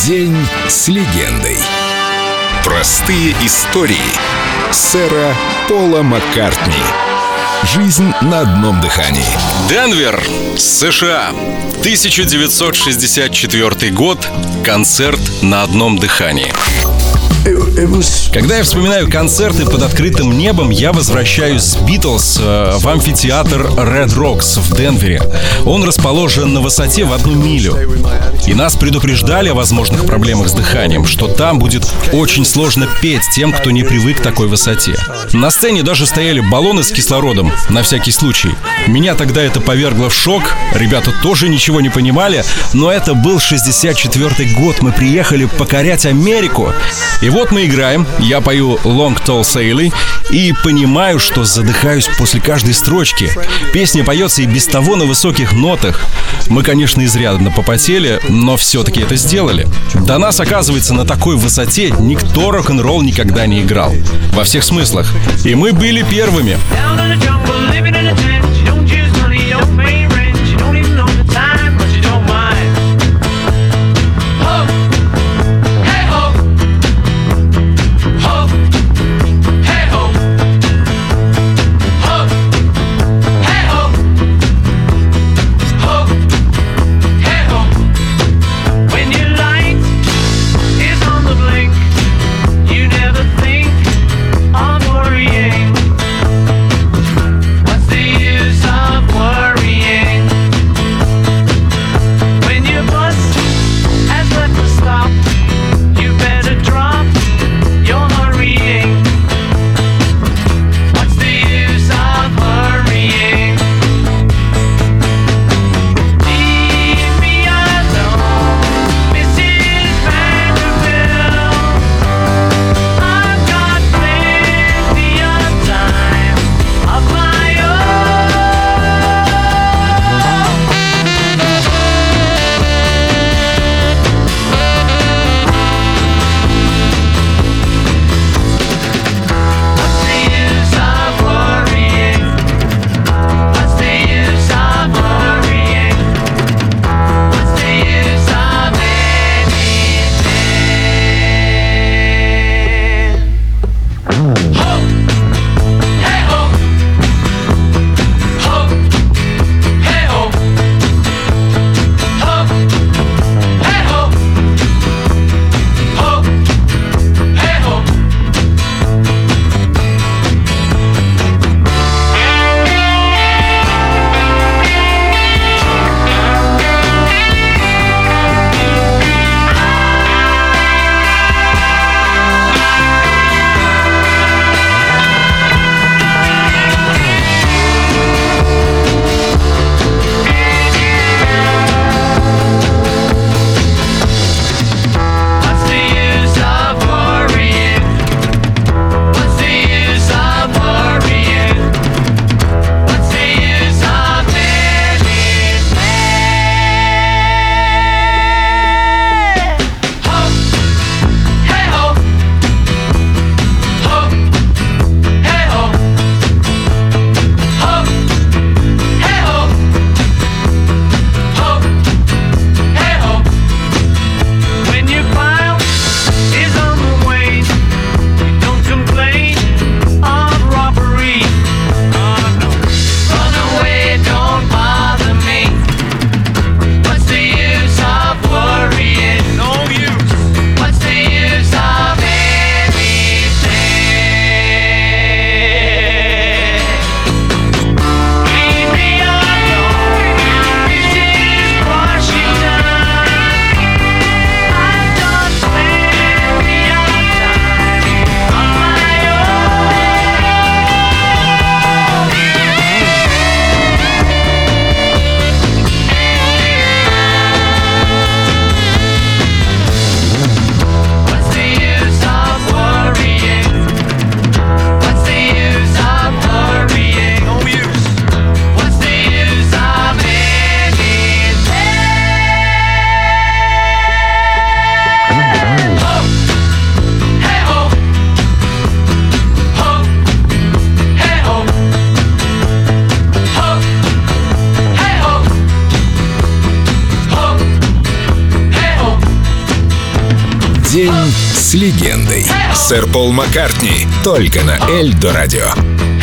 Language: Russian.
День с легендой. Простые истории сэра Пола Маккартни. Жизнь на одном дыхании. Денвер, США. 1964 год. Концерт на одном дыхании. Когда я вспоминаю концерты под открытым небом, я возвращаюсь с Битлз в амфитеатр Red Rocks в Денвере. Он расположен на высоте в 1 милю. И нас предупреждали о возможных проблемах с дыханием, что там будет очень сложно петь тем, кто не привык к такой высоте. На сцене даже стояли баллоны с кислородом, на всякий случай. Меня тогда это повергло в шок, ребята тоже ничего не понимали, но это был 64-й год, мы приехали покорять Америку. И вот мы играем, я пою Long Tall Sailing и понимаю, что задыхаюсь после каждой строчки. Песня поется и без того на высоких нотах. Мы, конечно, изрядно попотели, но все-таки это сделали. До нас, оказывается, на такой высоте никто рок-н-ролл никогда не играл. Во всех смыслах. И мы были первыми. What's the use of День с легендой. Сэр Пол Маккартни. Только на Эльдо Радио.